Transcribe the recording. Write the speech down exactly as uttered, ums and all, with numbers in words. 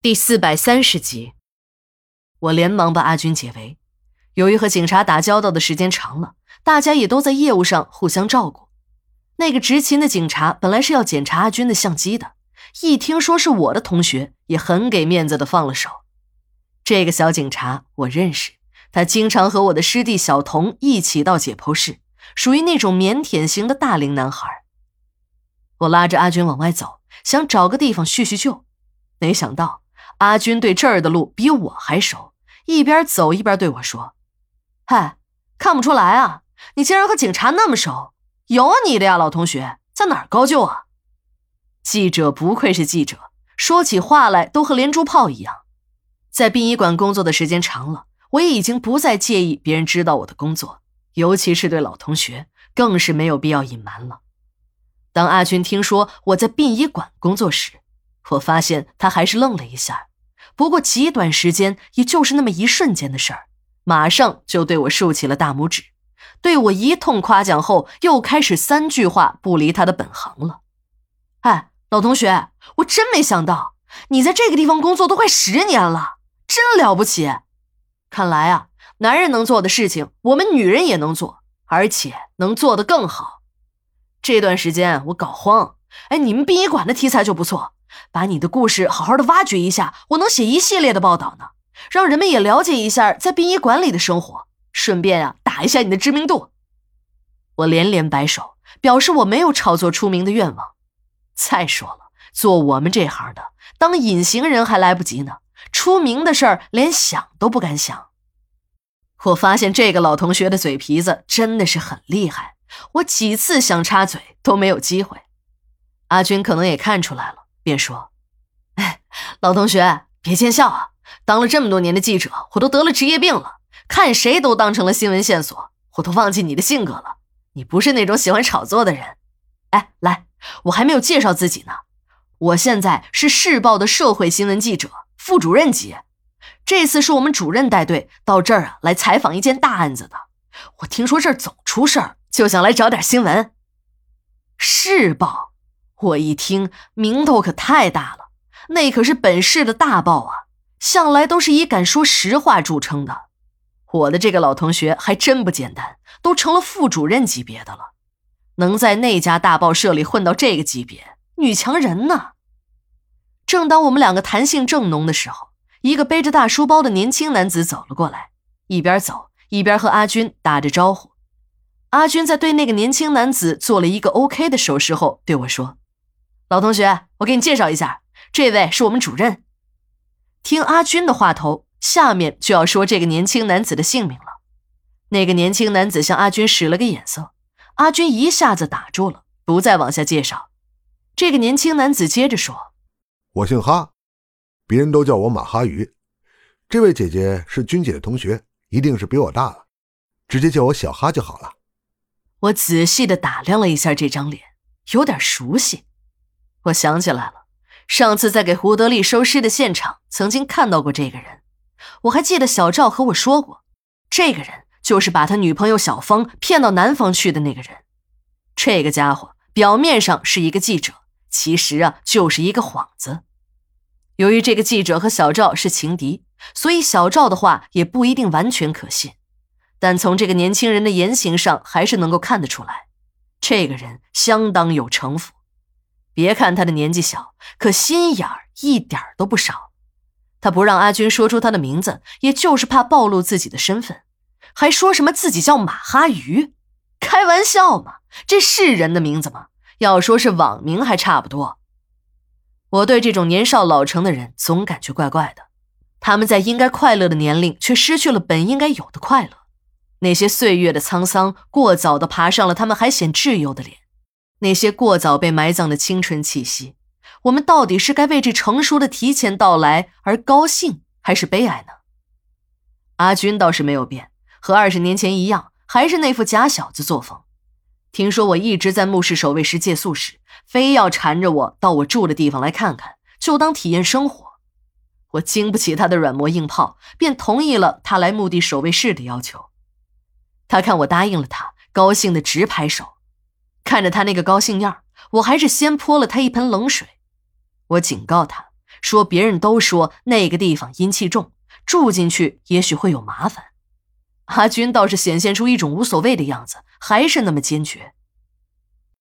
第四百三十集。我连忙把阿军解围。由于和警察打交道的时间长了，大家也都在业务上互相照顾。那个执勤的警察本来是要检查阿军的相机的，一听说是我的同学，也很给面子的放了手。这个小警察我认识，他经常和我的师弟小童一起到解剖室，属于那种腼腆型的大龄男孩。我拉着阿军往外走，想找个地方叙叙旧，没想到阿军对这儿的路比我还熟，一边走一边对我说：嗨，看不出来啊，你竟然和警察那么熟，有啊你的呀，老同学，在哪儿高就啊？记者不愧是记者，说起话来都和连珠炮一样。在殡仪馆工作的时间长了，我也已经不再介意别人知道我的工作，尤其是对老同学，更是没有必要隐瞒了。当阿军听说我在殡仪馆工作时，我发现他还是愣了一下，不过极短时间，也就是那么一瞬间的事儿，马上就对我竖起了大拇指，对我一通夸奖后，又开始三句话不离他的本行了。哎，老同学，我真没想到你在这个地方工作都快十年了，真了不起。看来啊，男人能做的事情，我们女人也能做，而且能做得更好。这段时间我搞慌，哎，你们殡仪馆的题材就不错，把你的故事好好的挖掘一下，我能写一系列的报道呢，让人们也了解一下在殡仪馆里的生活，顺便啊打一下你的知名度。我连连摆手，表示我没有炒作出名的愿望。再说了，做我们这行的，当隐形人还来不及呢，出名的事儿连想都不敢想。我发现这个老同学的嘴皮子真的是很厉害，我几次想插嘴都没有机会。阿军可能也看出来了，便说：哎，老同学别见笑啊，当了这么多年的记者，我都得了职业病了，看谁都当成了新闻线索，我都忘记你的性格了，你不是那种喜欢炒作的人。哎，来，我还没有介绍自己呢，我现在是市报的社会新闻记者，副主任级。这次是我们主任带队到这儿啊来采访一件大案子的，我听说这儿总出事儿，就想来找点新闻。市报，我一听名头可太大了，那可是本市的大报啊，向来都是以敢说实话著称的。我的这个老同学还真不简单，都成了副主任级别的了，能在那家大报社里混到这个级别，女强人呢。正当我们两个谈性正浓的时候，一个背着大书包的年轻男子走了过来，一边走一边和阿军打着招呼。阿军在对那个年轻男子做了一个 OK 的手势后对我说：老同学，我给你介绍一下，这位是我们主任。听阿军的话头，下面就要说这个年轻男子的姓名了。那个年轻男子向阿军使了个眼色，阿军一下子打住了，不再往下介绍。这个年轻男子接着说： 我姓哈，别人都叫我马哈鱼，这位姐姐是军姐的同学，一定是比我大了，直接叫我小哈就好了。 我仔细地打量了一下这张脸，有点熟悉。我想起来了，上次在给胡德利收尸的现场曾经看到过这个人。我还记得小赵和我说过，这个人就是把他女朋友小芳骗到南方去的那个人。这个家伙表面上是一个记者，其实啊就是一个幌子。由于这个记者和小赵是情敌，所以小赵的话也不一定完全可信，但从这个年轻人的言行上还是能够看得出来，这个人相当有城府。别看他的年纪小，可心眼儿一点都不少。他不让阿军说出他的名字，也就是怕暴露自己的身份，还说什么自己叫马哈鱼。开玩笑嘛，这是人的名字吗？要说是网名还差不多。我对这种年少老成的人总感觉怪怪的，他们在应该快乐的年龄却失去了本应该有的快乐，那些岁月的沧桑过早地爬上了他们还显稚幼的脸，那些过早被埋葬的青春气息，我们到底是该为这成熟的提前到来而高兴还是悲哀呢？阿军倒是没有变，和二十年前一样，还是那副假小子作风。听说我一直在墓室守卫室借宿时，非要缠着我到我住的地方来看看，就当体验生活。我经不起他的软磨硬泡，便同意了他来墓地守卫室的要求。他看我答应了他，高兴得直拍手。看着他那个高兴样，我还是先泼了他一盆冷水。我警告他， 说别人都说那个地方阴气重，住进去也许会有麻烦。阿军倒是显现出一种无所谓的样子，还是那么坚决。